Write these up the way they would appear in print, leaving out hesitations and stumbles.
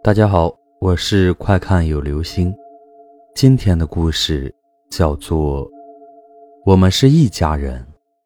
大家好，我是快看有流星。今天的故事叫做我们是一家人。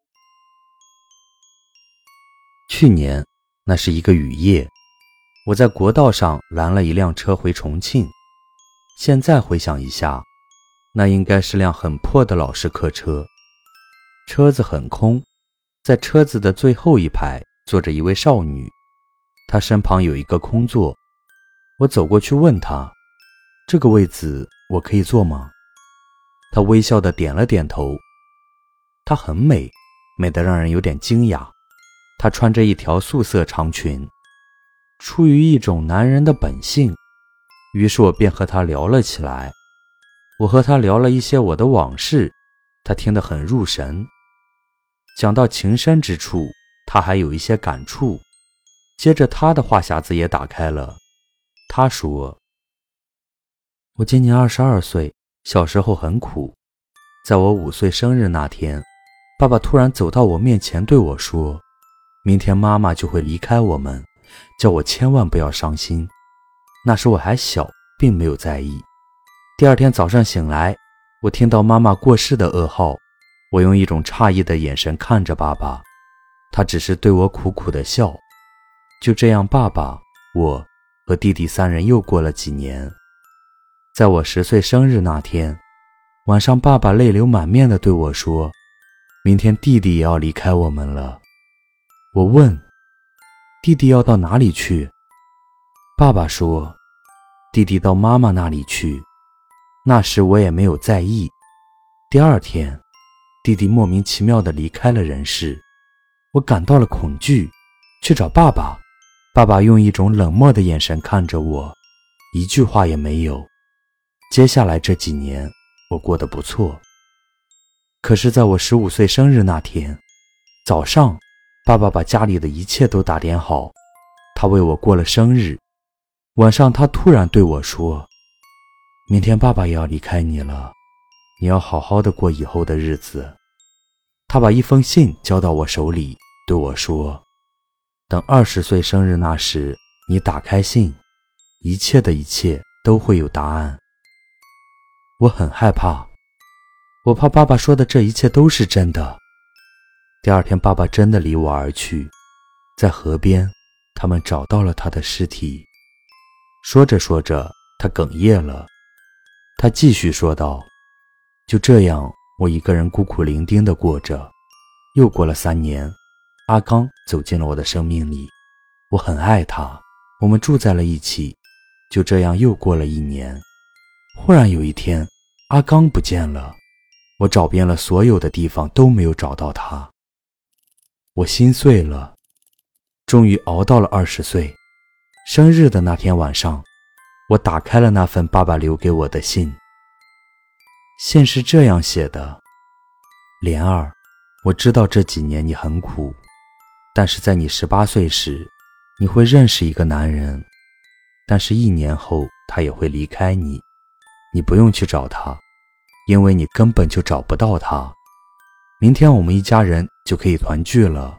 去年那是一个雨夜，我在国道上拦了一辆车回重庆。现在回想一下，那应该是辆很破的老式客车，车子很空，在车子的最后一排坐着一位少女，她身旁有一个空座。我走过去问她，这个位子我可以坐吗？她微笑地点了点头。她很美，美得让人有点惊讶。她穿着一条素色长裙，出于一种男人的本性，于是我便和她聊了起来。我和她聊了一些我的往事，她听得很入神。讲到情深之处，她还有一些感触。接着她的话匣子也打开了。他说，我今年22岁，小时候很苦。在我5岁生日那天，爸爸突然走到我面前对我说，明天妈妈就会离开我们，叫我千万不要伤心。那时我还小，并没有在意。第二天早上醒来，我听到妈妈过世的噩耗，我用一种诧异的眼神看着爸爸，他只是对我苦苦地笑。就这样，爸爸，我和弟弟3人又过了几年。在我10岁生日那天晚上，爸爸泪流满面地对我说，明天弟弟也要离开我们了。我问，弟弟要到哪里去？爸爸说，弟弟到妈妈那里去。那时我也没有在意。第二天，弟弟莫名其妙地离开了人世。我感到了恐惧，去找爸爸。爸爸用一种冷漠的眼神看着我，一句话也没有。接下来这几年，我过得不错。可是在我15岁生日那天，早上，爸爸把家里的一切都打点好，他为我过了生日。晚上，他突然对我说，明天爸爸也要离开你了，你要好好的过以后的日子。他把一封信交到我手里，对我说，等20岁生日那时，你打开信，一切的一切都会有答案。我很害怕，我怕爸爸说的这一切都是真的。第二天，爸爸真的离我而去，在河边，他们找到了他的尸体。说着说着，他哽咽了。他继续说道，就这样，我一个人孤苦伶仃地过着。又过了3年，阿刚走进了我的生命里，我很爱他，我们住在了一起。就这样又过了1年，忽然有一天，阿刚不见了，我找遍了所有的地方都没有找到他。我心碎了。终于熬到了20岁生日的那天晚上，我打开了那份爸爸留给我的信。信是这样写的，莲儿，我知道这几年你很苦，但是在你18岁时，你会认识一个男人，但是1年后他也会离开你，你不用去找他，因为你根本就找不到他。明天我们一家人就可以团聚了。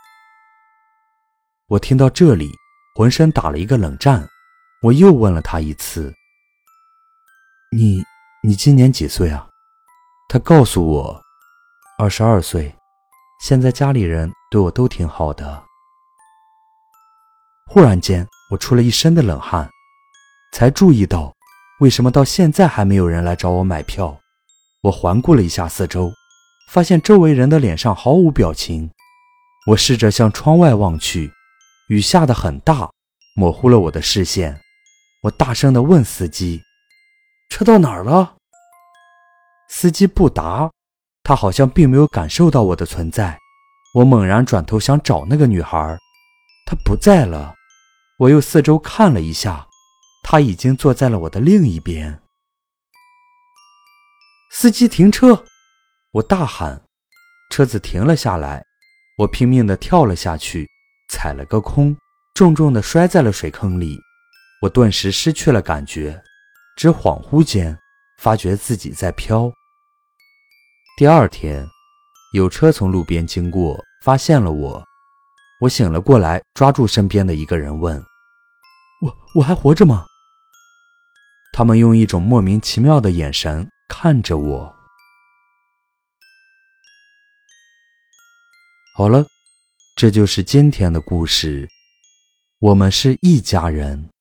我听到这里，浑身打了一个冷战。我又问了他一次，你今年几岁啊？他告诉我22岁，现在家里人对我都挺好的。忽然间，我出了一身的冷汗，才注意到为什么到现在还没有人来找我买票。我环顾了一下四周，发现周围人的脸上毫无表情。我试着向窗外望去，雨下得很大，模糊了我的视线。我大声地问司机，车到哪儿了？司机不答，他好像并没有感受到我的存在。我猛然转头想找那个女孩，她不在了。我又四周看了一下，她已经坐在了我的另一边。司机停车！我大喊，车子停了下来。我拼命地跳了下去，踩了个空，重重地摔在了水坑里。我顿时失去了感觉，只恍惚间发觉自己在飘。第二天，有车从路边经过，发现了我。我醒了过来，抓住身边的一个人问，我还活着吗？ 他们用一种莫名其妙的眼神看着我。好了，这就是今天的故事。我们是一家人。